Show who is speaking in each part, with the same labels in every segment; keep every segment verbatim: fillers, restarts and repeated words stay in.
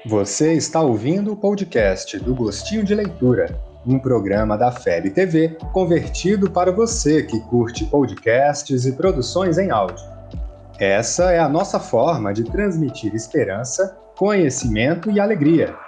Speaker 1: Você está ouvindo o podcast do Gostinho de Leitura, um programa da F E B T V convertido para você que curte podcasts e produções em áudio. Essa é a nossa forma de transmitir esperança, conhecimento e alegria.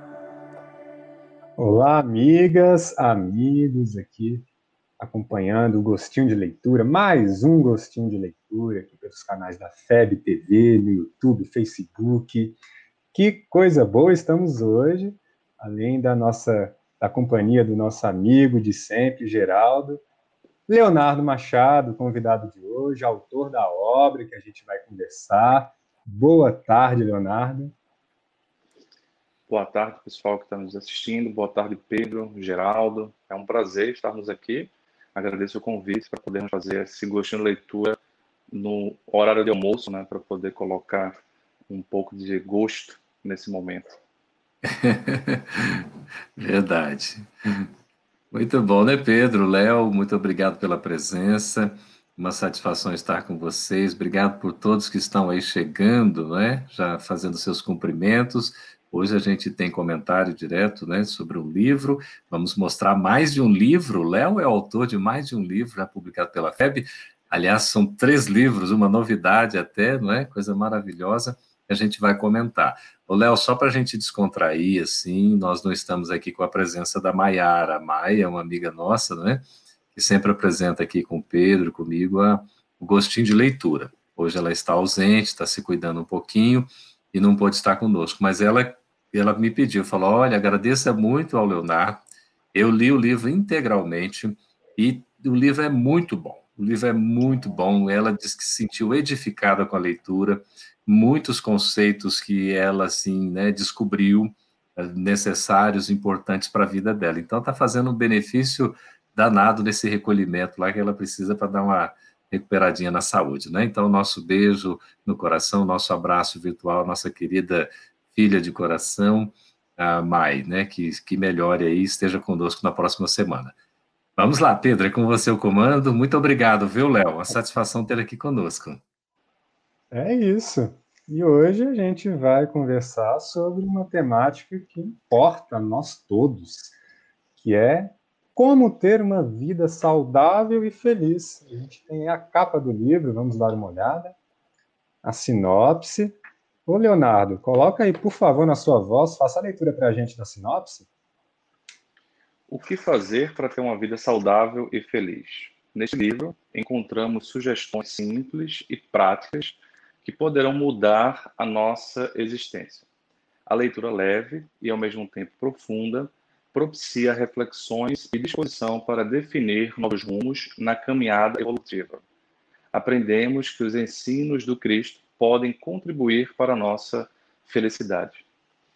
Speaker 1: Olá, amigas, amigos aqui acompanhando o Gostinho de Leitura, mais um Gostinho de Leitura aqui pelos canais da F E B T V, no YouTube, Facebook. Que coisa boa estamos hoje, além da nossa da companhia do nosso amigo de sempre, Geraldo, Leonardo Machado, convidado de hoje, autor da obra que a gente vai conversar. Boa tarde, Leonardo.
Speaker 2: Boa tarde, pessoal que está nos assistindo. Boa tarde, Pedro, Geraldo. É um prazer estarmos aqui. Agradeço o convite para podermos fazer esse gostinho de leitura no horário de almoço, né, para poder colocar um pouco de gosto nesse momento.
Speaker 3: Verdade. Muito bom, né, Pedro? Léo, muito obrigado pela presença. Uma satisfação estar com vocês. Obrigado por todos que estão aí chegando, né? Já fazendo seus cumprimentos. Hoje a gente tem comentário direto, né, sobre um livro. Vamos mostrar mais de um livro. O Léo é autor de mais de um livro já publicado pela F E B. Aliás, são três livros, uma novidade até, não é? Coisa maravilhosa que a gente vai comentar. Ô, Léo, só para a gente descontrair, assim, nós não estamos aqui com a presença da Maiara. A Maia é uma amiga nossa, né, que sempre apresenta aqui com o Pedro, comigo, a, o gostinho de leitura. Hoje ela está ausente, está se cuidando um pouquinho e não pôde estar conosco, mas ela, ela me pediu, falou, olha, agradeça muito ao Leonardo, eu li o livro integralmente e o livro é muito bom, o livro é muito bom, ela disse que se sentiu edificada com a leitura, muitos conceitos que ela, assim, né, descobriu necessários, importantes para a vida dela. Então, está fazendo um benefício danado nesse recolhimento lá que ela precisa para dar uma recuperadinha na saúde, né? Então, nosso beijo no coração, nosso abraço virtual, nossa querida filha de coração, a Mai, né? Que, que melhore aí, esteja conosco na próxima semana. Vamos lá, Pedro, é com você o comando. Muito obrigado, viu, Léo? Uma satisfação ter aqui conosco.
Speaker 1: É isso. E hoje a gente vai conversar sobre uma temática que importa a nós todos, que é como ter uma vida saudável e feliz. A gente tem a capa do livro, vamos dar uma olhada, a sinopse. Ô, Leonardo, coloca aí, por favor, na sua voz, faça a leitura para a gente da sinopse.
Speaker 2: O que fazer para ter uma vida saudável e feliz? Neste livro, encontramos sugestões simples e práticas que poderão mudar a nossa existência. A leitura leve e, ao mesmo tempo, profunda, propicia reflexões e disposição para definir novos rumos na caminhada evolutiva. Aprendemos que os ensinos do Cristo podem contribuir para a nossa felicidade.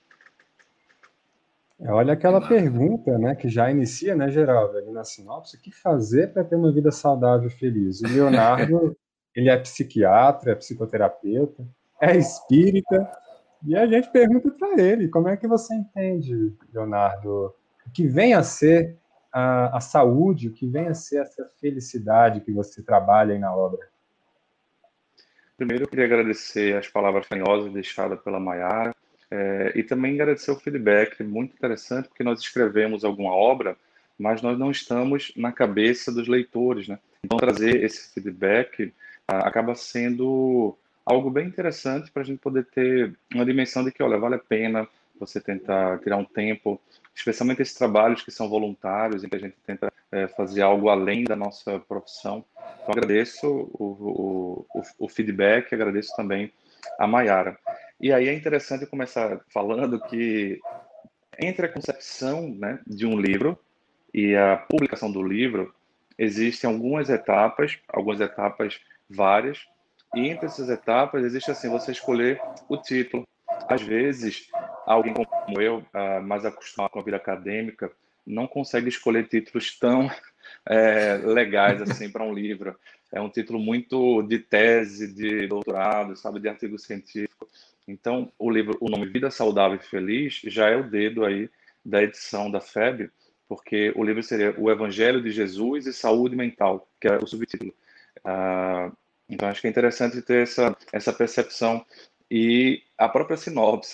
Speaker 1: Olha aquela pergunta, né, que já inicia, né, Geraldo, ali na sinopse, o que fazer para ter uma vida saudável e feliz? O Leonardo, ele é psiquiatra, é psicoterapeuta, é espírita, e a gente pergunta para ele, como é que você entende, Leonardo, o que vem a ser a, a saúde, o que vem a ser essa felicidade que você trabalha aí na obra?
Speaker 2: Primeiro, eu queria agradecer as palavras carinhosas deixadas pela Maiara, é, e também agradecer o feedback, muito interessante, porque nós escrevemos alguma obra, mas nós não estamos na cabeça dos leitores, né? Então, trazer esse feedback ah, acaba sendo algo bem interessante para a gente poder ter uma dimensão de que, olha, vale a pena você tentar tirar um tempo, especialmente esses trabalhos que são voluntários, em que a gente tenta é, fazer algo além da nossa profissão. Então, agradeço o, o, o, o feedback, agradeço também a Maiara. E aí é interessante começar falando que entre a concepção, né, de um livro e a publicação do livro, existem algumas etapas, algumas etapas várias, e entre essas etapas existe assim, você escolher o título. Às vezes, alguém como eu, mais acostumado com a vida acadêmica, não consegue escolher títulos tão é, legais assim para um livro. É um título muito de tese, de doutorado, sabe, de artigo científico. Então, o livro, o nome Vida Saudável e Feliz, já é o dedo aí da edição da F E B, porque o livro seria O Evangelho de Jesus e Saúde Mental, que é o subtítulo. Ah, então, acho que é interessante ter essa, essa percepção. E a própria sinopse,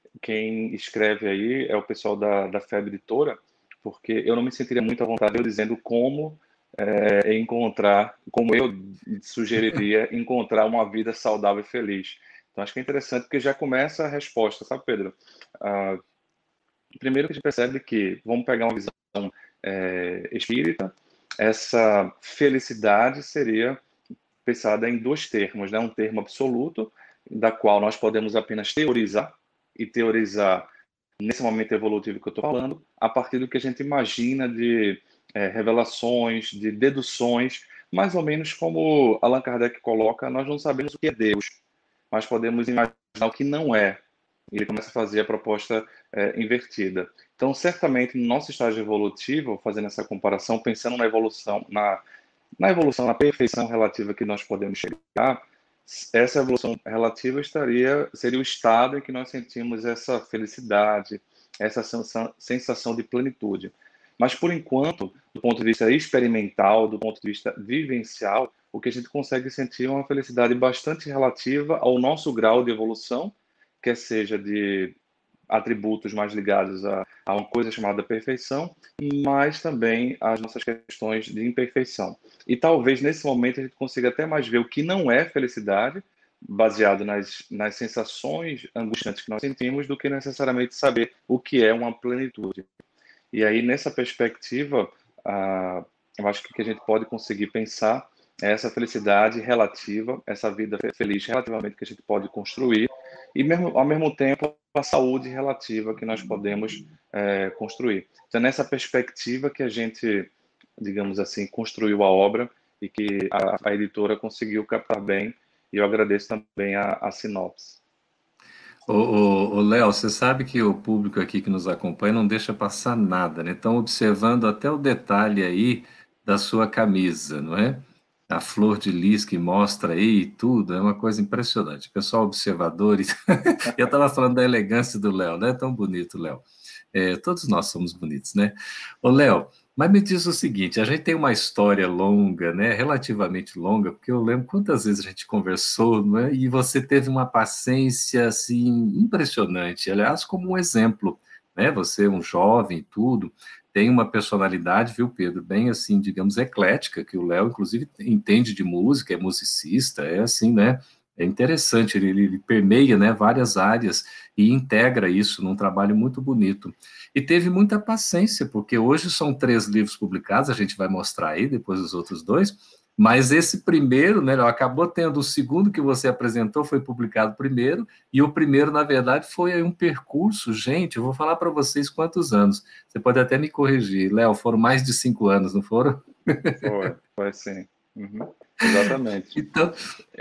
Speaker 2: quem escreve aí é o pessoal da, da F E B Editora, porque eu não me sentiria muito à vontade eu dizendo como é, encontrar, como eu sugeriria encontrar uma vida saudável e feliz. Então, acho que é interessante porque já começa a resposta, sabe, Pedro? Ah, primeiro que a gente percebe que, vamos pegar uma visão é, espírita, essa felicidade seria pensada em dois termos, né? Um termo absoluto, da qual nós podemos apenas teorizar, e teorizar nesse momento evolutivo que eu estou falando, a partir do que a gente imagina de é, revelações, de deduções, mais ou menos como Allan Kardec coloca, nós não sabemos o que é Deus, mas podemos imaginar o que não é. E ele começa a fazer a proposta é, invertida. Então, certamente, no nosso estágio evolutivo, fazendo essa comparação, pensando na evolução, na, na evolução, na perfeição relativa que nós podemos chegar, essa evolução relativa estaria, seria o estado em que nós sentimos essa felicidade, essa sensação, sensação de plenitude. Mas, por enquanto, do ponto de vista experimental, do ponto de vista vivencial, o que a gente consegue sentir é uma felicidade bastante relativa ao nosso grau de evolução, quer seja de atributos mais ligados a, a uma coisa chamada perfeição, mas também as nossas questões de imperfeição. E talvez nesse momento a gente consiga até mais ver o que não é felicidade, baseado nas, nas sensações angustiantes que nós sentimos, do que necessariamente saber o que é uma plenitude. E aí, nessa perspectiva, ah, eu acho que o que a gente pode conseguir pensar é essa felicidade relativa, essa vida feliz relativamente que a gente pode construir, e mesmo, ao mesmo tempo a saúde relativa que nós podemos é, construir. Então, nessa perspectiva que a gente, digamos assim, construiu a obra e que a, a editora conseguiu captar bem, e eu agradeço também a, a sinopse.
Speaker 3: Ô, ô, ô, Léo, você sabe que o público aqui que nos acompanha não deixa passar nada, né? Estão observando até o detalhe aí da sua camisa, não é? A flor de lis que mostra aí tudo, é uma coisa impressionante. Pessoal observadores, eu estava falando da elegância do Léo, né? Tão bonito, Léo. É, todos nós somos bonitos, né? Ô, Léo, mas me diz o seguinte, a gente tem uma história longa, né? Relativamente longa, porque eu lembro quantas vezes a gente conversou, né? E você teve uma paciência, assim, impressionante. Aliás, como um exemplo, né? Você é um jovem, tudo, tem uma personalidade, viu, Pedro? Bem, assim, digamos, eclética, que o Léo, inclusive, entende de música, é musicista, é assim, né? É interessante, ele, ele permeia, né, várias áreas e integra isso num trabalho muito bonito. E teve muita paciência, porque hoje são três livros publicados, a gente vai mostrar aí depois os outros dois, mas esse primeiro, né, acabou tendo o segundo que você apresentou, foi publicado primeiro, e o primeiro, na verdade, foi aí um percurso, gente, eu vou falar para vocês quantos anos, você pode até me corrigir, Léo, foram mais de cinco anos, não foram?
Speaker 2: Foi, foi sim. Uhum. Exatamente.
Speaker 3: Então,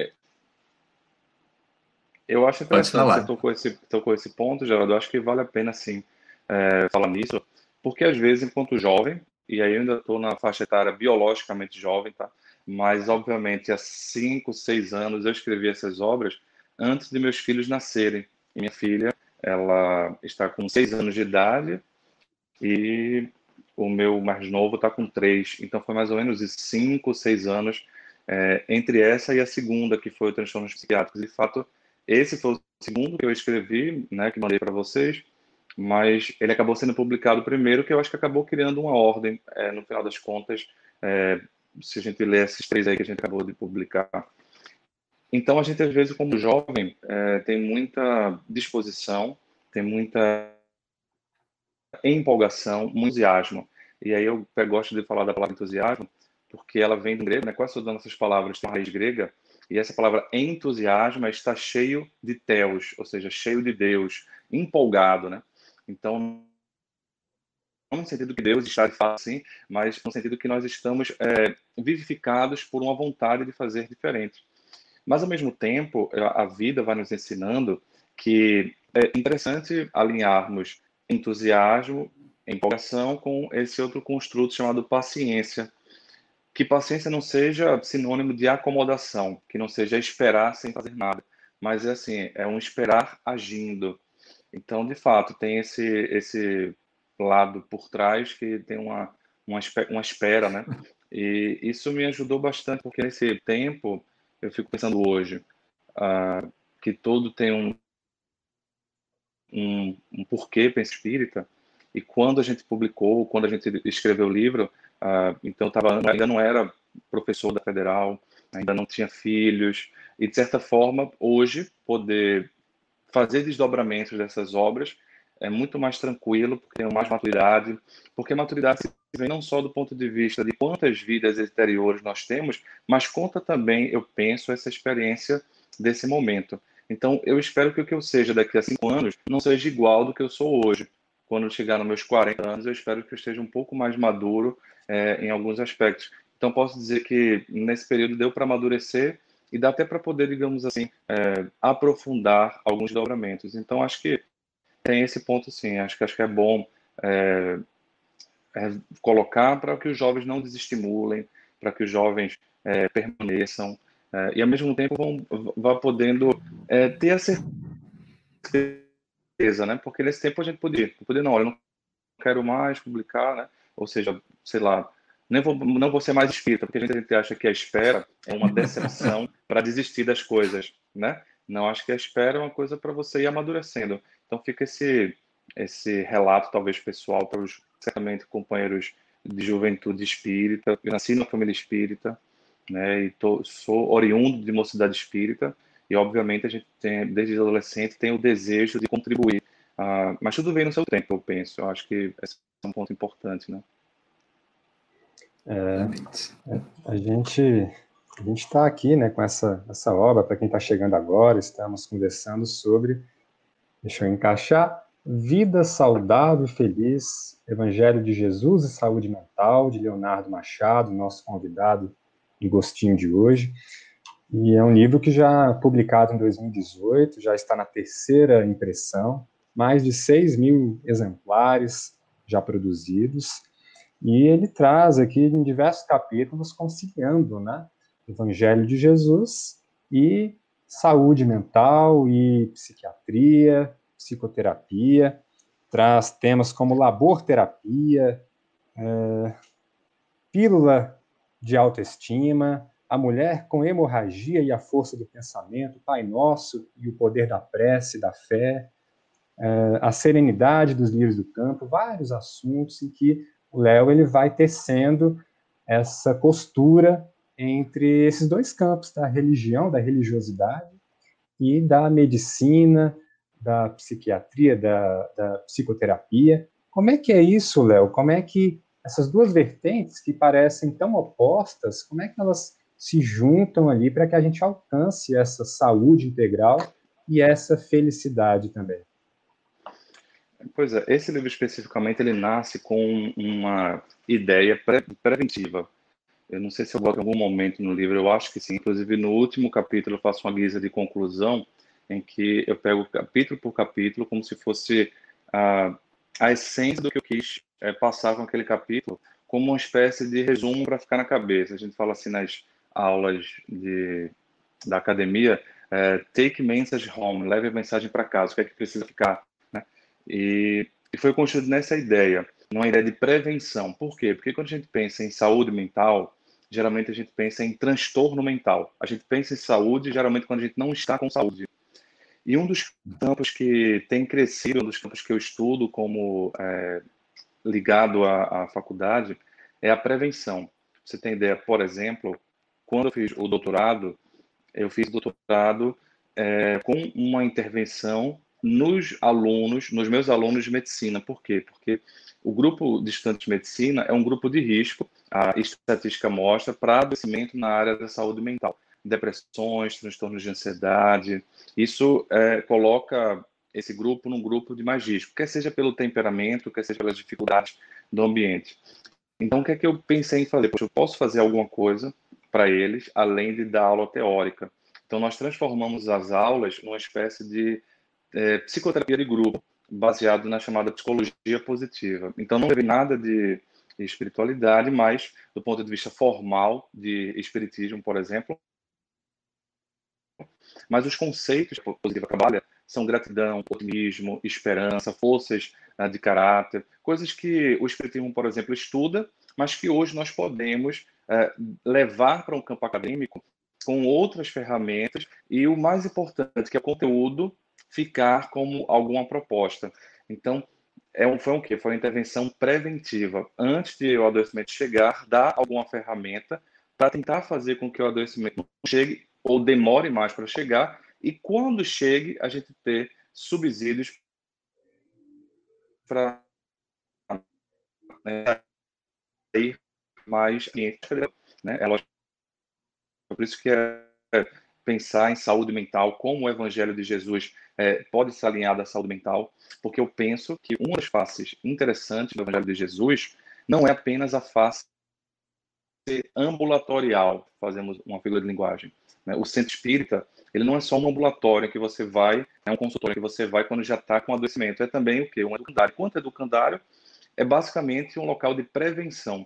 Speaker 2: Eu acho
Speaker 3: pode
Speaker 2: interessante, você
Speaker 3: falar.
Speaker 2: tocou esse, tocou esse ponto, Geraldo, eu acho que vale a pena, sim, é, falar nisso, porque às vezes, enquanto jovem, e aí eu ainda estou na faixa etária biologicamente jovem, tá? Mas, obviamente, há cinco, seis anos eu escrevi essas obras antes de meus filhos nascerem. E minha filha, ela está com seis anos de idade e o meu mais novo está com três. Então, foi mais ou menos de cinco, seis anos é, entre essa e a segunda, que foi o Transtornos Psiquiátricos. De fato, esse foi o segundo que eu escrevi, né, que mandei para vocês, mas ele acabou sendo publicado primeiro, que eu acho que acabou criando uma ordem, é, no final das contas, é, se a gente ler esses três aí que a gente acabou de publicar. Então, a gente, às vezes, como jovem, é, tem muita disposição, tem muita empolgação, muito entusiasmo. E aí eu gosto de falar da palavra entusiasmo, porque ela vem do grego, né? Quase todas as nossas palavras têm uma raiz grega, e essa palavra entusiasmo está cheio de teos, ou seja, cheio de Deus, empolgado, né? Então, não no sentido que Deus está de fato assim, mas no sentido que nós estamos é, vivificados por uma vontade de fazer diferente. Mas, ao mesmo tempo, a vida vai nos ensinando que é interessante alinharmos entusiasmo, empolgação com esse outro construto chamado paciência. Que paciência não seja sinônimo de acomodação, que não seja esperar sem fazer nada, mas é assim, é um esperar agindo. Então, de fato, tem esse, esse lado por trás que tem uma, uma, uma espera, né? E isso me ajudou bastante, porque nesse tempo, eu fico pensando hoje, uh, que todo tem um um, um porquê pensa espírita, e quando a gente publicou, quando a gente escreveu o livro, uh, então tava, ainda não era professor da Federal, ainda não tinha filhos, e de certa forma, hoje, poder fazer desdobramentos dessas obras é muito mais tranquilo, porque tenho mais maturidade, porque a maturidade se vem não só do ponto de vista de quantas vidas exteriores nós temos, mas conta também, eu penso, essa experiência desse momento. Então, eu espero que o que eu seja daqui a cinco anos não seja igual do que eu sou hoje. Quando eu chegar nos meus quarenta anos, eu espero que eu esteja um pouco mais maduro é, em alguns aspectos. Então, posso dizer que nesse período deu para amadurecer e dá até para poder, digamos assim, é, aprofundar alguns dobramentos. Então, acho que tem esse ponto, sim. Acho que, acho que é bom é, é, colocar para que os jovens não desestimulem, para que os jovens é, permaneçam é, e, ao mesmo tempo, vão, vá podendo é, ter a certeza, né? Porque nesse tempo a gente podia, podia não, olha, eu não quero mais publicar, né? Ou seja, sei lá, nem vou, não vou ser mais espírita, porque a gente, a gente acha que a espera é uma decepção para desistir das coisas, né? Não, acho que a espera é uma coisa para você ir amadurecendo. Então fica esse, esse relato, talvez pessoal, para os, certamente, companheiros de juventude espírita. Eu nasci na família espírita, né? E tô, sou oriundo de mocidade espírita, e obviamente a gente tem, desde adolescente, tem o desejo de contribuir. Uh, mas tudo vem no seu tempo, eu penso. Eu acho que esse é um ponto importante, né?
Speaker 1: É, a gente a gente está aqui, né, com essa essa obra. Para quem está chegando agora, estamos conversando sobre, deixa eu encaixar, Vida Saudável e Feliz, Evangelho de Jesus e Saúde Mental, de Leonardo Machado, nosso convidado do Gostinho de hoje. E é um livro que já publicado em dois mil e dezoito, já está na terceira impressão, mais de seis mil exemplares já produzidos, e ele traz aqui em diversos capítulos conciliando, né, Evangelho de Jesus e saúde mental e psiquiatria, psicoterapia, traz temas como laborterapia, é, pílula de autoestima, a mulher com hemorragia e a força do pensamento, Pai Nosso e o poder da prece, da fé, a serenidade dos lírios do campo, vários assuntos em que o Léo ele vai tecendo essa costura entre esses dois campos, da religião, da religiosidade e da medicina, da psiquiatria, da, da psicoterapia. Como é que é isso, Léo? Como é que essas duas vertentes que parecem tão opostas, como é que elas se juntam ali para que a gente alcance essa saúde integral e essa felicidade também?
Speaker 2: Pois é, esse livro especificamente, ele nasce com uma ideia pre preventiva. Eu não sei se eu boto em algum momento no livro, eu acho que sim. Inclusive, no último capítulo, eu faço uma guisa de conclusão, em que eu pego capítulo por capítulo, como se fosse a, a essência do que eu quis é, passar com aquele capítulo, como uma espécie de resumo para ficar na cabeça. A gente fala assim nas aulas de, da academia, é, take message home, leve a mensagem para casa, o que é que precisa ficar, né? E, e foi construído nessa ideia, numa ideia de prevenção. Por quê? Porque quando a gente pensa em saúde mental, geralmente a gente pensa em transtorno mental. A gente pensa em saúde, geralmente, quando a gente não está com saúde. E um dos campos que tem crescido, um dos campos que eu estudo como é, ligado à, à faculdade, é a prevenção. Você tem ideia, por exemplo, quando eu fiz o doutorado, eu fiz doutorado é, com uma intervenção nos alunos, nos meus alunos de medicina. Por quê? Porque o grupo de estudantes de medicina é um grupo de risco, a estatística mostra, para adoecimento na área da saúde mental. Depressões, transtornos de ansiedade. Isso é, coloca esse grupo num grupo de mais risco, quer seja pelo temperamento, quer seja pelas dificuldades do ambiente. Então, o que é que eu pensei em fazer? Poxa, eu posso fazer alguma coisa para eles, além de dar aula teórica. Então, nós transformamos as aulas numa espécie de é, psicoterapia de grupo, baseado na chamada psicologia positiva. Então, não teve nada de espiritualidade, mas do ponto de vista formal de espiritismo, por exemplo. Mas os conceitos que a positiva trabalha são gratidão, otimismo, esperança, forças uh, de caráter, coisas que o espiritismo, por exemplo, estuda, mas que hoje nós podemos uh, levar para um campo acadêmico com outras ferramentas e o mais importante, que é o conteúdo ficar como alguma proposta. Então, é um, foi um quê? Foi uma intervenção preventiva. Antes de o adoecimento chegar, dar alguma ferramenta para tentar fazer com que o adoecimento não chegue ou demore mais para chegar, e quando chegue, a gente ter subsídios para né, ir mais clientes, né? É lógico, por isso que é pensar em saúde mental, como o Evangelho de Jesus é, pode se alinhar da saúde mental, porque eu penso que uma das faces interessantes do Evangelho de Jesus não é apenas a face ambulatorial, fazemos uma figura de linguagem. Né? O centro espírita, ele não é só um ambulatório que você vai, é um consultório que você vai quando já está com adoecimento, é também o quê? Um educandário. Quanto educandário, é basicamente um local de prevenção.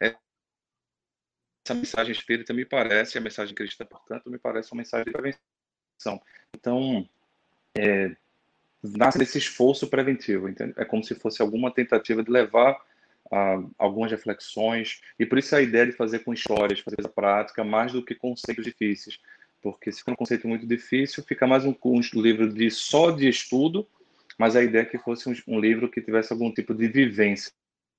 Speaker 2: Essa mensagem espírita me parece, a mensagem cristã, portanto, me parece uma mensagem de prevenção. Então, é, nasce desse esforço preventivo, entende? É como se fosse alguma tentativa de levar a algumas reflexões, e por isso a ideia de fazer com histórias, fazer essa prática, mais do que conceitos difíceis, porque se for um conceito muito difícil, fica mais um, um livro de, só de estudo, mas a ideia é que fosse um, um livro que tivesse algum tipo de vivência,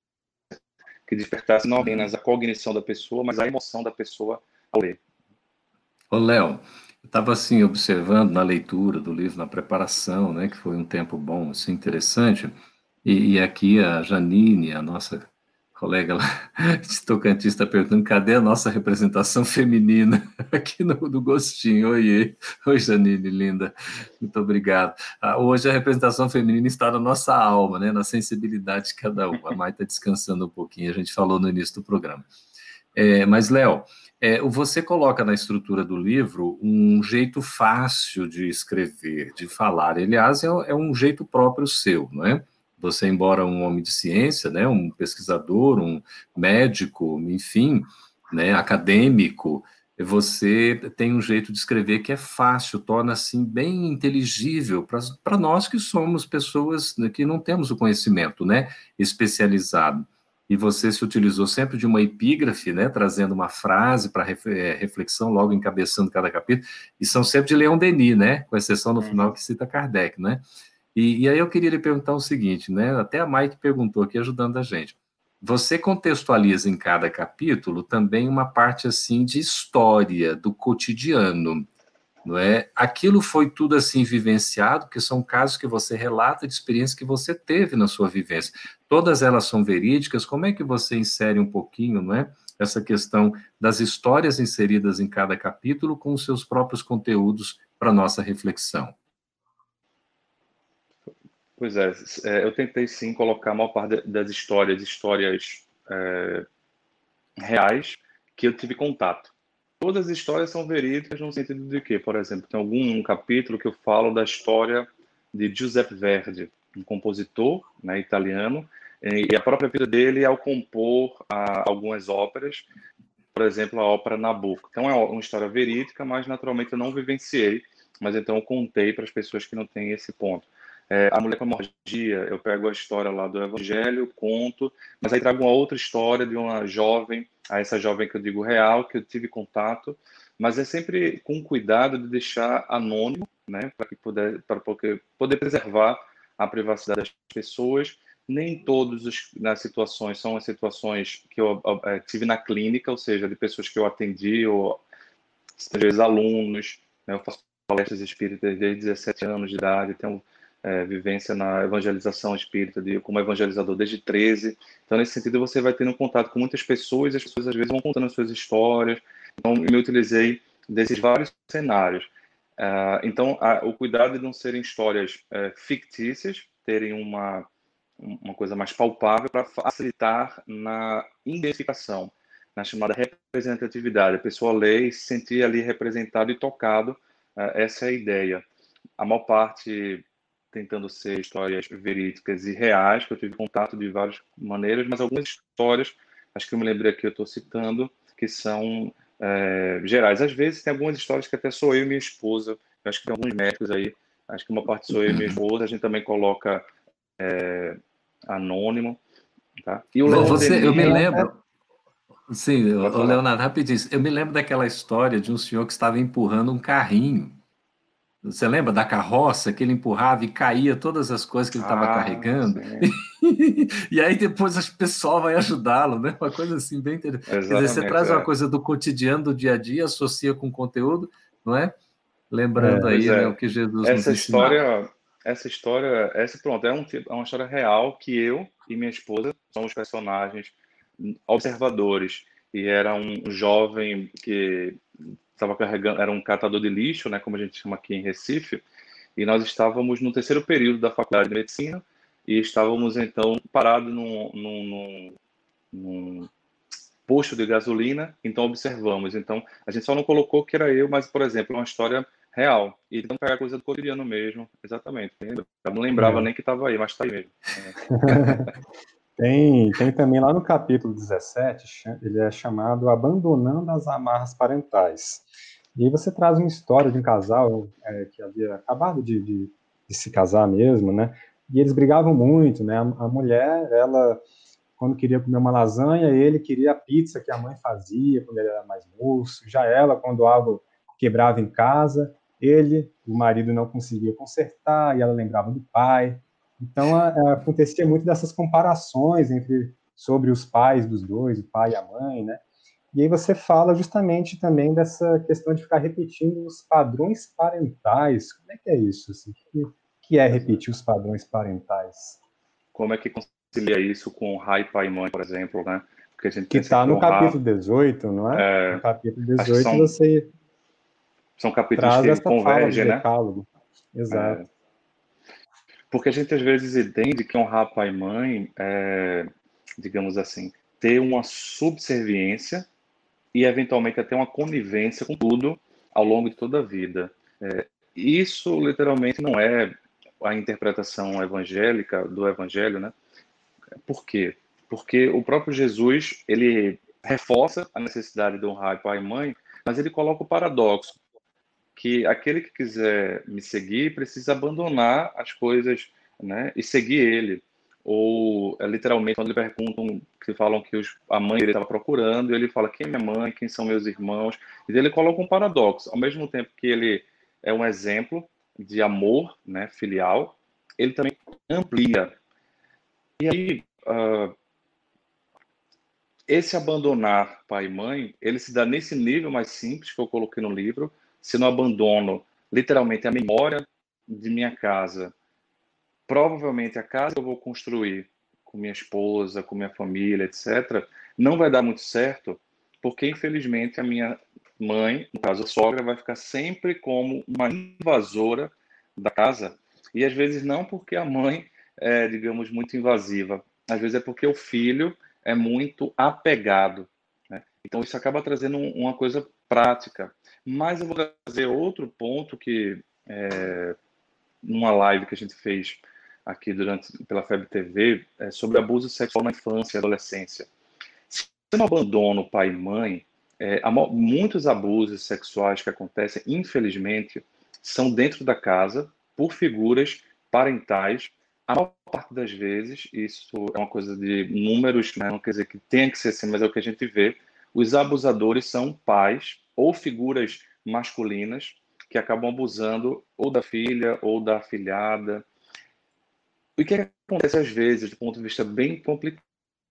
Speaker 2: que despertasse não apenas a cognição da pessoa, mas a emoção da pessoa ao ler.
Speaker 3: Ô, Léo, eu estava assim observando na leitura do livro, na preparação, né, que foi um tempo bom, assim, interessante, e, e aqui a Janine, a nossa colega lá de Tocantins, está perguntando cadê a nossa representação feminina aqui no, no Gostinho. Oiê, oi Janine, linda, muito obrigado. Ah, hoje a representação feminina está na nossa alma, né, na sensibilidade de cada um. A Mai está descansando um pouquinho, a gente falou no início do programa. É, mas, Léo, é, você coloca na estrutura do livro um jeito fácil de escrever, de falar. Aliás, é, é um jeito próprio seu, não é? Você, embora um homem de ciência, né, um pesquisador, um médico, enfim, né, acadêmico, você tem um jeito de escrever que é fácil, torna assim bem inteligível para nós que somos pessoas, né, que não temos o conhecimento, né, especializado. E você se utilizou sempre de uma epígrafe, né, trazendo uma frase para reflexão, logo encabeçando cada capítulo, e são sempre de Leon Denis, né, com exceção no final que cita Kardec, né? E, e aí eu queria lhe perguntar o seguinte, né, até a Mike perguntou aqui, ajudando a gente. Você contextualiza em cada capítulo também uma parte, assim, de história, do cotidiano, não é? Aquilo foi tudo assim vivenciado, que são casos que você relata de experiência que você teve na sua vivência. Todas elas são verídicas. Como é que você insere um pouquinho, não é? Essa questão das histórias inseridas em cada capítulo com os seus próprios conteúdos para nossa reflexão?
Speaker 2: Pois é, eu tentei sim colocar a maior parte das histórias, histórias é, reais que eu tive contato. Todas as histórias são verídicas no sentido de que, por exemplo, tem algum capítulo que eu falo da história de Giuseppe Verdi, um compositor, né, italiano, e a própria vida dele ao compor a, algumas óperas, por exemplo, a ópera Nabucco. Então é uma história verídica, mas naturalmente eu não vivenciei, mas então eu contei para as pessoas que não têm esse ponto. É, a Mulher com Hemorragia, eu pego a história lá do Evangelho, conto, mas aí trago uma outra história de uma jovem, a essa jovem que eu digo real, que eu tive contato, mas é sempre com cuidado de deixar anônimo, né, para que puder, para poder, poder preservar a privacidade das pessoas. Nem todas as situações são as situações que eu é, tive na clínica, ou seja, de pessoas que eu atendi, ou às vezes alunos, né, eu faço palestras espíritas desde dezessete anos de idade, tenho é, vivência na evangelização espírita, de, como evangelizador desde treze. Então, nesse sentido, você vai tendo contato com muitas pessoas, e as pessoas às vezes vão contando as suas histórias. Então, eu me utilizei desses vários cenários. Uh, então, a, o cuidado de não serem histórias uh, fictícias, terem uma, uma coisa mais palpável para facilitar na identificação, na chamada representatividade. A pessoa lê e se sentir ali representado e tocado. Uh, essa é a ideia. A maior parte tentando ser histórias verídicas e reais, que eu tive contato de várias maneiras, mas algumas histórias, acho que eu me lembrei aqui, eu estou citando, que são é, gerais. Às vezes tem algumas histórias que até sou eu e minha esposa, eu acho que tem alguns médicos aí, acho que uma parte sou eu e minha esposa, a gente também coloca é, anônimo, tá? E o Leon
Speaker 3: Você,
Speaker 2: Denis,
Speaker 3: eu me lembro, sim, o
Speaker 2: falar.
Speaker 3: Leonardo, rapidinho, eu me lembro daquela história de um senhor que estava empurrando um carrinho. Você lembra da carroça que ele empurrava e caía todas as coisas que ele estava
Speaker 2: Ah,
Speaker 3: carregando?
Speaker 2: sim.
Speaker 3: E aí depois o pessoal vai ajudá-lo, né? Uma coisa assim bem interessante. Quer dizer, você
Speaker 2: Exatamente,
Speaker 3: traz uma
Speaker 2: é.
Speaker 3: coisa do cotidiano, do dia a dia, associa com conteúdo, não é? Lembrando
Speaker 1: É,
Speaker 2: Pois
Speaker 3: aí, né, o
Speaker 2: é.
Speaker 3: que Jesus nos
Speaker 2: Essa
Speaker 3: ensinava.
Speaker 2: história, essa história, essa pronto, é, um, tipo- é uma história real que eu e minha esposa somos personagens observadores. E era um jovem que estava carregando, era um catador de lixo, né, como a gente chama aqui em Recife, e nós estávamos no terceiro período da faculdade de medicina e estávamos então parados num, num, num, num posto de gasolina, então observamos. Então, a gente só não colocou que era eu, mas, por exemplo, é uma história real. E então pegar coisa do cotidiano mesmo, exatamente. Eu não lembrava
Speaker 1: é.
Speaker 2: nem que estava aí, mas está aí mesmo.
Speaker 1: Tem, tem também lá no capítulo dezessete, cha- ele é chamado Abandonando as Amarras Parentais. E aí você traz uma história de um casal é, que havia acabado de, de, de se casar mesmo, né? E eles brigavam muito, né? A, a mulher, ela, quando queria comer uma lasanha, ele queria a pizza que a mãe fazia quando ele era mais moço. Já ela, quando algo quebrava em casa, ele, o marido, não conseguia consertar e ela lembrava do pai. Então, a, a, acontecia muito dessas comparações entre sobre os pais dos dois, o pai e a mãe, né? E aí você fala justamente também dessa questão de ficar repetindo os padrões parentais. Como é que é isso? Assim? O que é repetir os padrões parentais?
Speaker 2: Como é que concilia isso com Rai, Pai e Mãe, por exemplo, né? Porque a gente
Speaker 1: Que
Speaker 2: tem
Speaker 1: está
Speaker 2: sempre que
Speaker 1: no
Speaker 2: honrar.
Speaker 1: capítulo dezoito, não é? No
Speaker 2: É,
Speaker 1: capítulo
Speaker 2: acho que
Speaker 1: dezoito
Speaker 2: são,
Speaker 1: você
Speaker 2: são capítulos
Speaker 1: traz
Speaker 2: que
Speaker 1: essa fala do
Speaker 2: convergem, né?
Speaker 1: decálogo. Exato.
Speaker 2: Porque a gente às vezes entende que honrar pai e mãe é, digamos assim, ter uma subserviência e eventualmente até uma conivência com tudo ao longo de toda a vida. É, isso literalmente não é a interpretação evangélica do evangelho, né? Por quê? Porque o próprio Jesus, ele reforça a necessidade de honrar pai e mãe, mas ele coloca o paradoxo que aquele que quiser me seguir precisa abandonar as coisas, né, e seguir ele. Ou, é, literalmente, quando lhe perguntam, que falam que os, a mãe dele estava procurando, ele fala, quem é minha mãe, quem são meus irmãos? E ele coloca um paradoxo. Ao mesmo tempo que ele é um exemplo de amor, né, filial, ele também amplia. E aí, uh, esse abandonar pai e mãe, ele se dá nesse nível mais simples que eu coloquei no livro. Se eu não abandono literalmente a memória de minha casa, provavelmente a casa que eu vou construir com minha esposa, com minha família, etcétera, não vai dar muito certo, porque infelizmente a minha mãe, no caso a sogra, vai ficar sempre como uma invasora da casa. E às vezes não porque a mãe é, digamos, muito invasiva, às vezes é porque o filho é muito apegado, né? Então isso acaba trazendo um, uma coisa prática. Mas eu vou trazer outro ponto que é, numa live que a gente fez aqui durante pela F E B T V é, sobre abuso sexual na infância e adolescência. Se você não abandona o pai e mãe, é, há muitos abusos sexuais que acontecem, infelizmente, são dentro da casa por figuras parentais. A maior parte das vezes, isso é uma coisa de números, né? Não quer dizer que tenha que ser assim, mas é o que a gente vê. Os abusadores são pais ou figuras masculinas que acabam abusando ou da filha ou da afilhada. O que acontece às vezes, do ponto de vista bem complicado,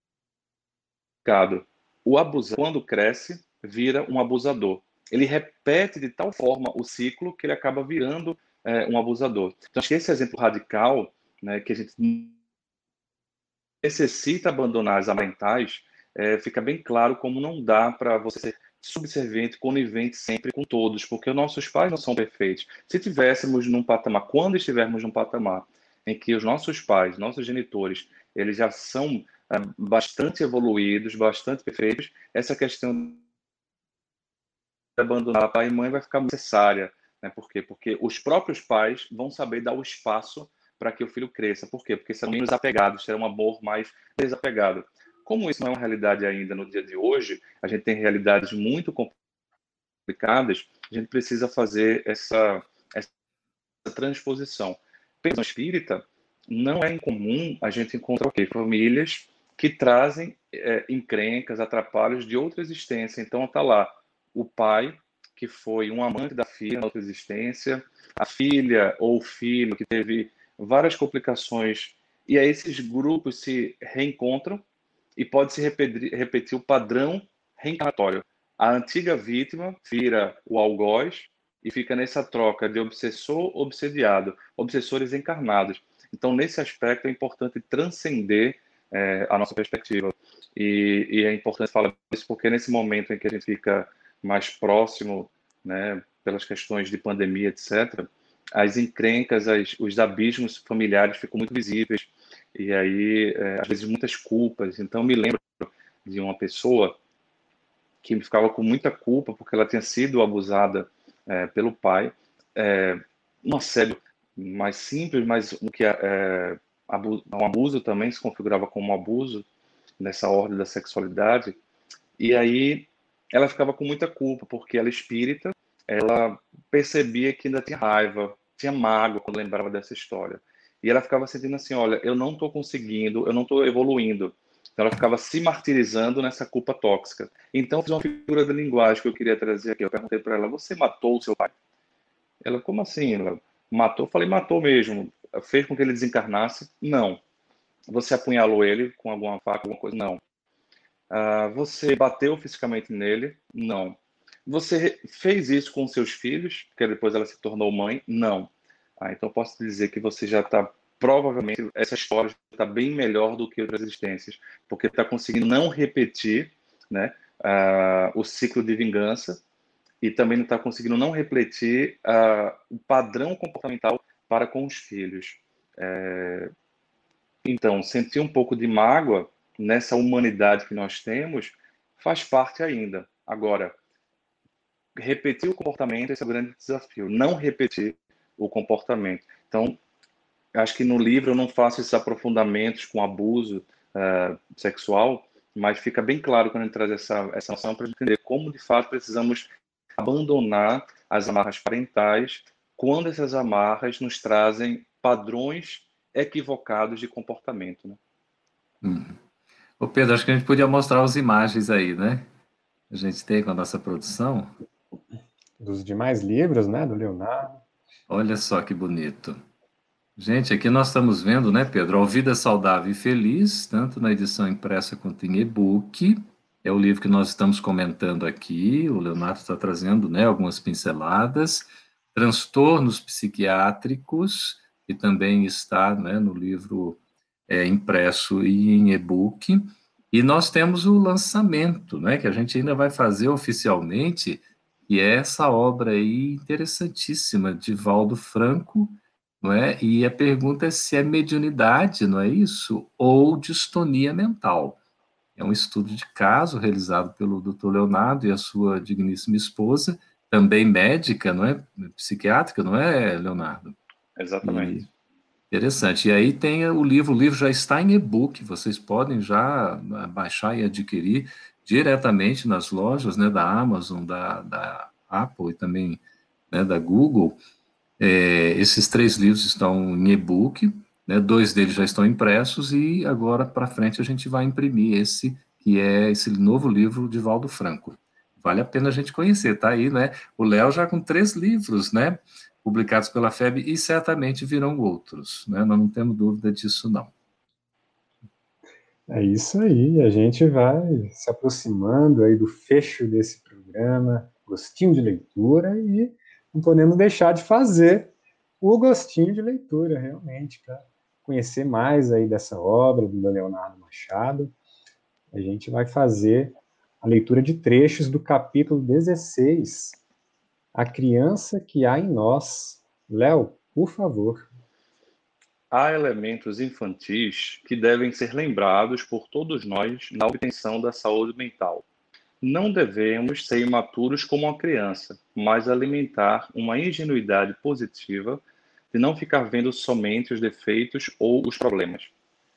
Speaker 2: o abusador, quando cresce, vira um abusador. Ele repete de tal forma o ciclo que ele acaba virando é, um abusador. Então, acho que esse exemplo radical, né, que a gente necessita abandonar as amamentais, é, fica bem claro como não dá para você ser subserviente, conivente sempre com todos, porque os nossos pais não são perfeitos. Se tivéssemos num patamar, quando estivermos num patamar em que os nossos pais, nossos genitores, eles já são é, bastante evoluídos, bastante perfeitos, essa questão de abandonar pai e mãe vai ficar necessária, né? Por quê? Porque os próprios pais vão saber dar o espaço para que o filho cresça. Por quê? Porque serão menos apegados, terão um amor mais desapegado. Como isso não é uma realidade ainda no dia de hoje, a gente tem realidades muito complicadas, a gente precisa fazer essa, essa transposição. Pensão espírita, não é incomum a gente encontrar o quê? Famílias que trazem é, encrencas, atrapalhos de outra existência. Então, está lá o pai que foi um amante da filha na outra existência, a filha ou o filho que teve várias complicações, e aí esses grupos se reencontram e pode se repetir, repetir o padrão reencarnatório. A antiga vítima vira o algoz e fica nessa troca de obsessor-obsediado, obsessores encarnados. Então, nesse aspecto, é importante transcender é, a nossa perspectiva. E, e é importante falar isso porque nesse momento em que a gente fica mais próximo, né, pelas questões de pandemia, etcétera, as encrencas, as, os abismos familiares ficam muito visíveis. E aí, é, às vezes, muitas culpas. Então, me lembro de uma pessoa que ficava com muita culpa porque ela tinha sido abusada é, pelo pai. É, um assédio mais simples, mas o que é, abuso, um abuso também se configurava como um abuso nessa ordem da sexualidade. E aí ela ficava com muita culpa porque ela é espírita, ela percebia que ainda tinha raiva, tinha mágoa quando lembrava dessa história. E ela ficava sentindo assim, olha, eu não estou conseguindo, eu não estou evoluindo. Então ela ficava se martirizando nessa culpa tóxica. Então, fiz uma figura de linguagem que eu queria trazer aqui. Eu perguntei para ela, você matou o seu pai? Ela, como assim? Ela matou? Eu falei, matou mesmo. Fez com que ele desencarnasse? Não. Você apunhalou ele com alguma faca, alguma coisa? Não. Ah, você bateu fisicamente nele? Não. Você fez isso com seus filhos, porque depois ela se tornou mãe? Não. Ah, então posso dizer que você já está, provavelmente, essa história está bem melhor do que outras existências, porque está conseguindo não repetir, né, ah, o ciclo de vingança e também não está conseguindo não refletir ah, o padrão comportamental para com os filhos. É, então, sentir um pouco de mágoa nessa humanidade que nós temos faz parte ainda. Agora, repetir o comportamento, esse é o grande desafio. Não repetir o comportamento. Então, acho que no livro eu não faço esses aprofundamentos com abuso uh, sexual, mas fica bem claro quando a gente traz essa, essa noção para entender como, de fato, precisamos abandonar as amarras parentais quando essas amarras nos trazem padrões equivocados de comportamento, né?
Speaker 3: Hum. Ô Pedro, acho que a gente podia mostrar as imagens aí, né? A gente tem com a nossa produção.
Speaker 1: Dos demais livros, né, do Leonardo.
Speaker 3: Olha só que bonito. Gente, aqui nós estamos vendo, né, Pedro, A Vida Saudável e Feliz, tanto na edição impressa quanto em e-book. É o livro que nós estamos comentando aqui. O Leonardo está trazendo, né, algumas pinceladas. Transtornos psiquiátricos, que também está, né, no livro é, impresso e em e-book. E nós temos o lançamento, né, que a gente ainda vai fazer oficialmente, que é essa obra aí interessantíssima de Valdo Franco, não é? E a pergunta é se é mediunidade, não é isso? Ou distonia mental. É um estudo de caso realizado pelo doutor Leonardo e a sua digníssima esposa, também médica, não é? Psiquiátrica, não é, Leonardo?
Speaker 2: Exatamente.
Speaker 3: E, interessante. E aí tem o livro, o livro já está em e-book, vocês podem já baixar e adquirir diretamente nas lojas, né, da Amazon, da, da Apple e também, né, da Google. É, esses três livros estão em e-book, né, dois deles já estão impressos e agora para frente a gente vai imprimir esse, que é esse novo livro de Valdo Franco. Vale a pena a gente conhecer, tá aí, né? O Léo já com três livros, né, publicados pela F E B e certamente virão outros, né? Nós não temos dúvida disso, não.
Speaker 1: É isso aí, a gente vai se aproximando aí do fecho desse programa, gostinho de leitura, e não podemos deixar de fazer o gostinho de leitura, realmente, para conhecer mais aí dessa obra do Leonardo Machado. A gente vai fazer a leitura de trechos do capítulo dezesseis, A Criança que Há em Nós. Léo, por favor.
Speaker 2: Há elementos infantis que devem ser lembrados por todos nós na obtenção da saúde mental. Não devemos ser imaturos como uma criança, mas alimentar uma ingenuidade positiva de não ficar vendo somente os defeitos ou os problemas.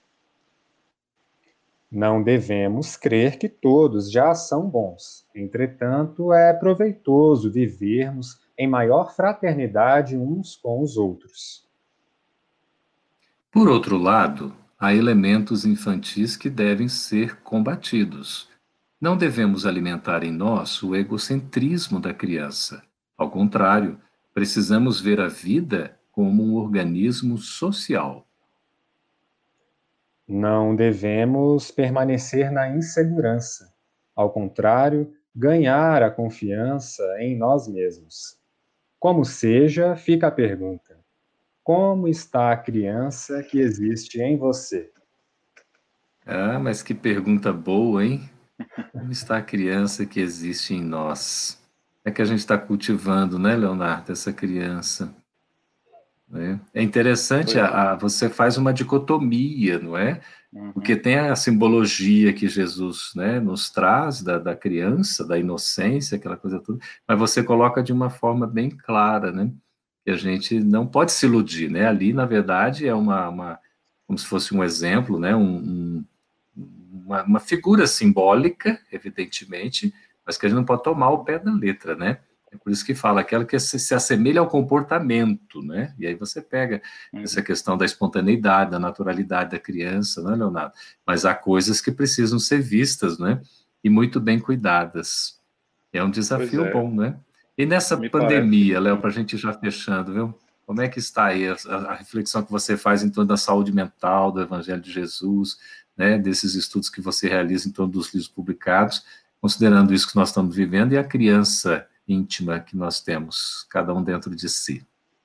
Speaker 1: Não devemos crer que todos já são bons. Entretanto, é proveitoso vivermos em maior fraternidade uns com os outros.
Speaker 3: Por outro lado, há elementos infantis que devem ser combatidos. Não devemos alimentar em nós o egocentrismo da criança. Ao contrário, precisamos ver a vida como um organismo social.
Speaker 1: Não devemos permanecer na insegurança. Ao contrário, ganhar a confiança em nós mesmos. Como seja, fica a pergunta: como está a criança que existe em você?
Speaker 3: Ah, mas que pergunta boa, hein? Como está a criança que existe em nós? É que a gente está cultivando, né, Leonardo, essa criança, né? É interessante,
Speaker 2: Pois é.
Speaker 3: a, a- você faz uma dicotomia, não é? Porque
Speaker 2: Uhum.
Speaker 3: tem a simbologia que Jesus, né, nos traz da, da criança, da inocência, aquela coisa toda, mas você coloca de uma forma bem clara, né? Que a gente não pode se iludir, né? Ali, na verdade, é uma, uma como se fosse um exemplo, né? Um, um- uma, uma figura simbólica, evidentemente, mas que a gente não pode tomar o pé da letra, né? É por isso que fala aquela que se, se assemelha ao comportamento, né? E aí você pega essa
Speaker 2: Uhum.
Speaker 3: questão da espontaneidade, da naturalidade da criança, não é, Leonardo? Mas há coisas que precisam ser vistas, né? E muito bem cuidadas. É um
Speaker 2: Pois
Speaker 3: desafio
Speaker 2: é,
Speaker 3: bom, né? E nessa
Speaker 2: me parece.
Speaker 3: pandemia, Léo,
Speaker 2: Hum.
Speaker 3: para a gente já fechando, viu? Como é que está aí a, a reflexão que você faz em torno da saúde mental, do Evangelho de Jesus, né? Desses estudos que você realiza em torno dos livros publicados, considerando isso que nós estamos vivendo e a criança íntima que nós temos, cada um dentro de si.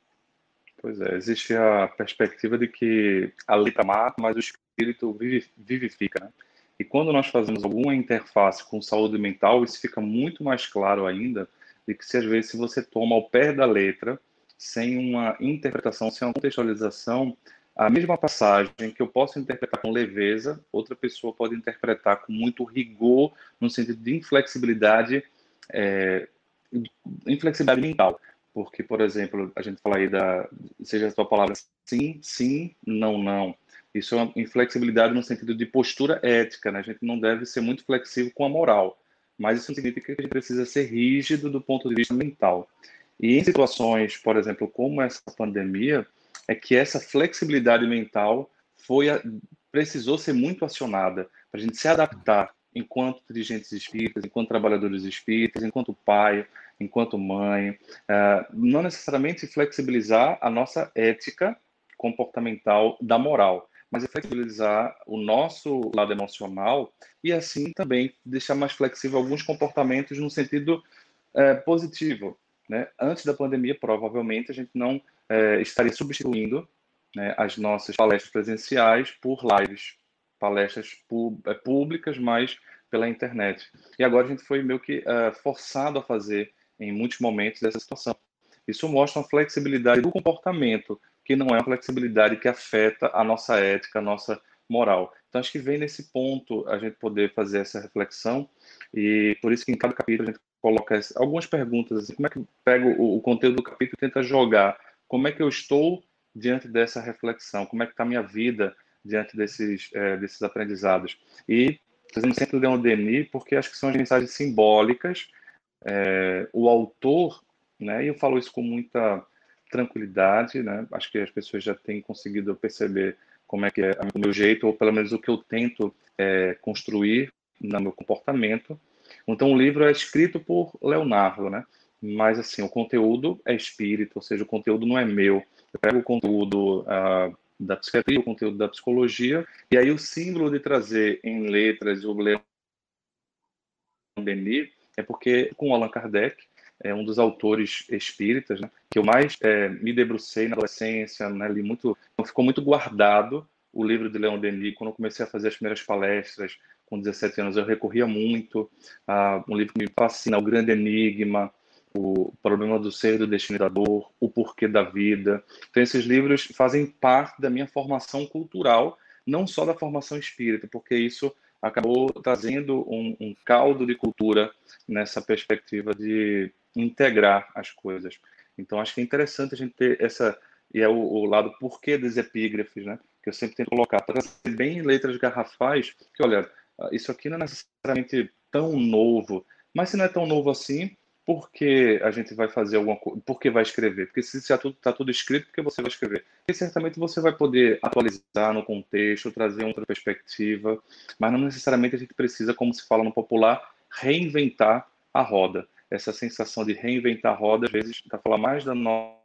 Speaker 2: Pois é, existe a perspectiva de que a letra mata, mas o espírito vivi- vivifica, né? E quando nós fazemos alguma interface com saúde mental, isso fica muito mais claro ainda, de que se às vezes se você toma ao pé da letra, sem uma interpretação, sem uma contextualização, a mesma passagem que eu posso interpretar com leveza, outra pessoa pode interpretar com muito rigor, no sentido de inflexibilidade, é, inflexibilidade mental. Porque, por exemplo, a gente fala aí da, seja a tua palavra sim, sim, não, não. Isso é uma inflexibilidade no sentido de postura ética, né? A gente não deve ser muito flexível com a moral, mas isso não significa que a gente precisa ser rígido do ponto de vista mental. E em situações, por exemplo, como essa pandemia, é que essa flexibilidade mental foi a, precisou ser muito acionada para a gente se adaptar enquanto dirigentes espíritas, enquanto trabalhadores espíritas, enquanto pai, enquanto mãe, uh, não necessariamente flexibilizar a nossa ética comportamental da moral, mas é flexibilizar o nosso lado emocional e assim também deixar mais flexível alguns comportamentos no sentido uh, positivo, né? Antes da pandemia, provavelmente, a gente não uh, estaria substituindo, né, as nossas palestras presenciais por lives, palestras públicas, mas pela internet. E agora a gente foi meio que uh, forçado a fazer em muitos momentos dessa situação. Isso mostra uma flexibilidade do comportamento, que não é uma flexibilidade que afeta a nossa ética, a nossa moral. Então, acho que vem nesse ponto a gente poder fazer essa reflexão, e por isso que em cada capítulo a gente coloca algumas perguntas, assim, como é que eu pego o, o conteúdo do capítulo e tenta jogar, como é que eu estou diante dessa reflexão, como é que está a minha vida diante desses, é, desses aprendizados. E fazendo sempre o Leon Denis, porque acho que são as mensagens simbólicas. É, o autor, né, e eu falo isso com muita tranquilidade, né, acho que as pessoas já têm conseguido perceber como é que é o meu jeito, ou pelo menos o que eu tento é, construir no meu comportamento. Então, o livro é escrito por Leonardo, né, mas assim, o conteúdo é espírito, ou seja, o conteúdo não é meu. Eu pego o conteúdo uh, da psiquiatria, o conteúdo da psicologia, e aí o símbolo de trazer em letras o Leon Denis é porque, com Allan Kardec, é um dos autores espíritas, né, que eu mais é, me debrucei na adolescência, né, li muito, então ficou muito guardado o livro de Leon Denis. Quando eu comecei a fazer as primeiras palestras, com dezessete anos, eu recorria muito a um livro que me fascina, O Grande Enigma, O Problema do Ser e do Destino e da Dor, O Porquê da Vida. Então, esses livros fazem parte da minha formação cultural, não só da formação espírita, porque isso acabou trazendo um, um caldo de cultura nessa perspectiva de integrar as coisas. Então, acho que é interessante a gente ter essa, e é o, o lado porquê dos epígrafes, né? Que eu sempre tento colocar, trazer bem em letras garrafais, que olha, isso aqui não é necessariamente tão novo, mas se não é tão novo assim, por que a gente vai fazer alguma coisa, por que vai escrever? Porque se já está tudo escrito, por que você vai escrever? Porque certamente você vai poder atualizar no contexto, trazer outra perspectiva, mas não necessariamente a gente precisa, como se fala no popular, reinventar a roda. Essa sensação de reinventar a roda, às vezes, está falando mais da no...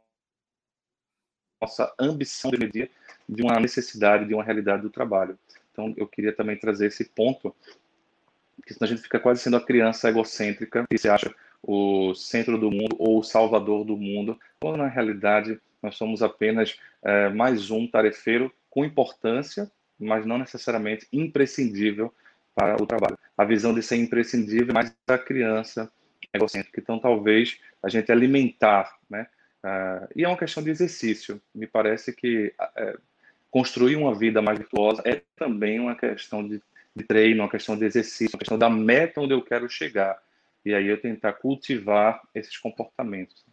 Speaker 2: nossa ambição de medir, de uma necessidade, de uma realidade do trabalho. Então, eu queria também trazer esse ponto, porque senão a gente fica quase sendo a criança egocêntrica, que se acha o centro do mundo ou o salvador do mundo, quando na realidade nós somos apenas é, mais um tarefeiro com importância, mas não necessariamente imprescindível para o trabalho. A visão de ser imprescindível é mais da criança egocêntrica. Então, talvez a gente alimentar, né? Uh, e é uma questão de exercício. Me parece que uh, construir uma vida mais virtuosa é também uma questão de, de treino, uma questão de exercício, uma questão da meta onde eu quero chegar. E aí eu tentar cultivar esses comportamentos.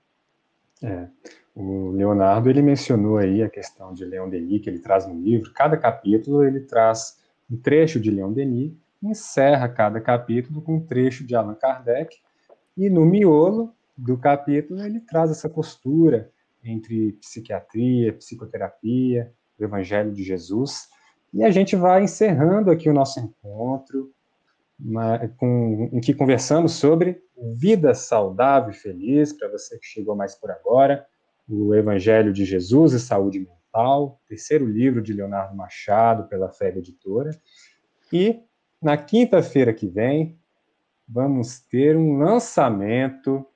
Speaker 1: É, o Leonardo, ele mencionou aí a questão de Leon Denis, que ele traz no livro. Cada capítulo ele traz um trecho de Leon Denis, encerra cada capítulo com um trecho de Allan Kardec, e no miolo do capítulo ele traz essa costura entre psiquiatria, psicoterapia, o Evangelho de Jesus, e a gente vai encerrando aqui o nosso encontro, uma, com, em que conversamos sobre vida saudável e feliz, para você que chegou mais por agora, o Evangelho de Jesus e Saúde Mental, terceiro livro de Leonardo Machado, pela F E B Editora, e na quinta-feira que vem, vamos ter um lançamento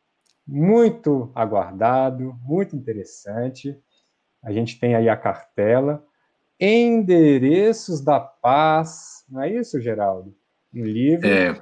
Speaker 1: muito aguardado, muito interessante. A gente tem aí a cartela Endereços da Paz, não é isso, Geraldo? Um livro...
Speaker 3: É,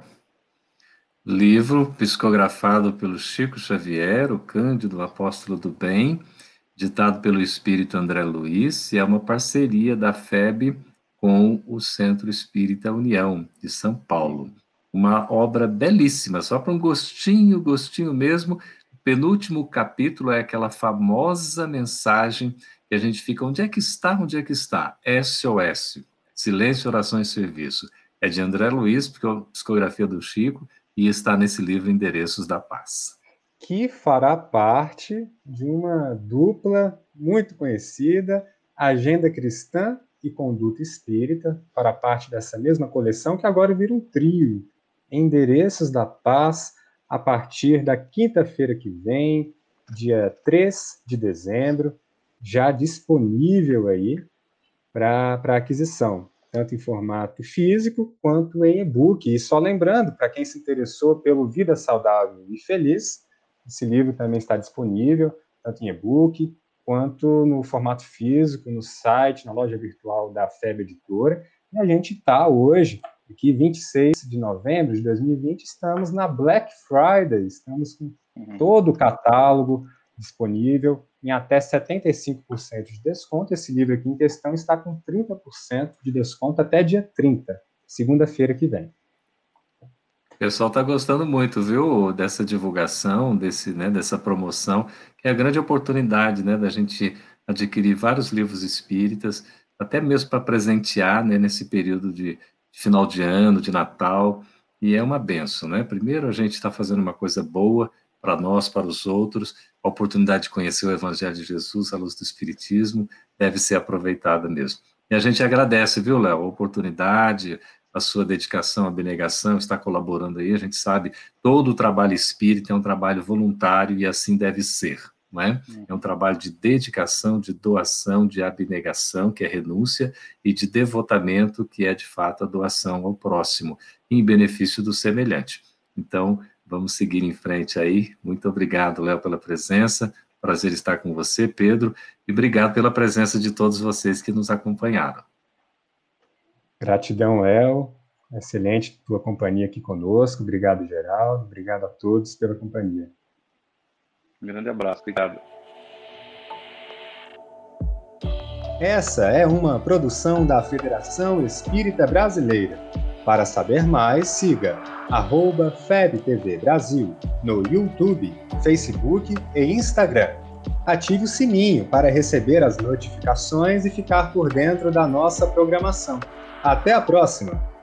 Speaker 3: livro psicografado pelo Chico Xavier, o Cândido, o Apóstolo do Bem, ditado pelo Espírito André Luiz, e é uma parceria da F E B com o Centro Espírita União, de São Paulo. Uma obra belíssima, só para um gostinho, gostinho mesmo. O penúltimo capítulo é aquela famosa mensagem que a gente fica, onde é que está, onde é que está? S O S, Silêncio, Oração e Serviço. É de André Luiz, porque é a psicografia do Chico, e está nesse livro Endereços da Paz.
Speaker 1: Que fará parte de uma dupla muito conhecida, Agenda Cristã e Conduta Espírita, fará parte dessa mesma coleção, que agora vira um trio, Endereços da Paz, a partir da quinta-feira que vem, dia três de dezembro, já disponível aí para aquisição, tanto em formato físico quanto em e-book. E só lembrando, para quem se interessou pelo Vida Saudável e Feliz, esse livro também está disponível, tanto em e-book quanto no formato físico, no site, na loja virtual da F E B Editora. E a gente está hoje, aqui vinte e seis de novembro de dois mil e vinte, estamos na Black Friday, estamos com todo o catálogo disponível em até setenta e cinco por cento de desconto. Esse livro aqui em questão está com trinta por cento de desconto até dia trinta, segunda-feira que vem.
Speaker 3: O pessoal está gostando muito, viu, dessa divulgação, desse, né, dessa promoção, que é a grande oportunidade, né, da gente adquirir vários livros espíritas, até mesmo para presentear, né, nesse período de, de final de ano, de Natal, e é uma benção, né? Primeiro, a gente está fazendo uma coisa boa para nós, para os outros, a oportunidade de conhecer o Evangelho de Jesus, a luz do Espiritismo, deve ser aproveitada mesmo. E a gente agradece, viu, Léo, a oportunidade, a sua dedicação, a abnegação, está colaborando aí, a gente sabe, todo o trabalho espírita é um trabalho voluntário e assim deve ser, não é? É um trabalho de dedicação, de doação, de abnegação, que é renúncia, e de devotamento, que é, de fato, a doação ao próximo, em benefício do semelhante. Então, vamos seguir em frente aí. Muito obrigado, Léo, pela presença, prazer estar com você, Pedro, e obrigado pela presença de todos vocês que nos acompanharam.
Speaker 1: Gratidão, Léo. Excelente tua companhia aqui conosco. Obrigado, Geraldo. Obrigado a todos pela companhia.
Speaker 2: Um grande abraço. Obrigado.
Speaker 1: Essa é uma produção da Federação Espírita Brasileira. Para saber mais, siga arroba F E B T V Brasil no YouTube, Facebook e Instagram. Ative o sininho para receber as notificações e ficar por dentro da nossa programação. Até a próxima!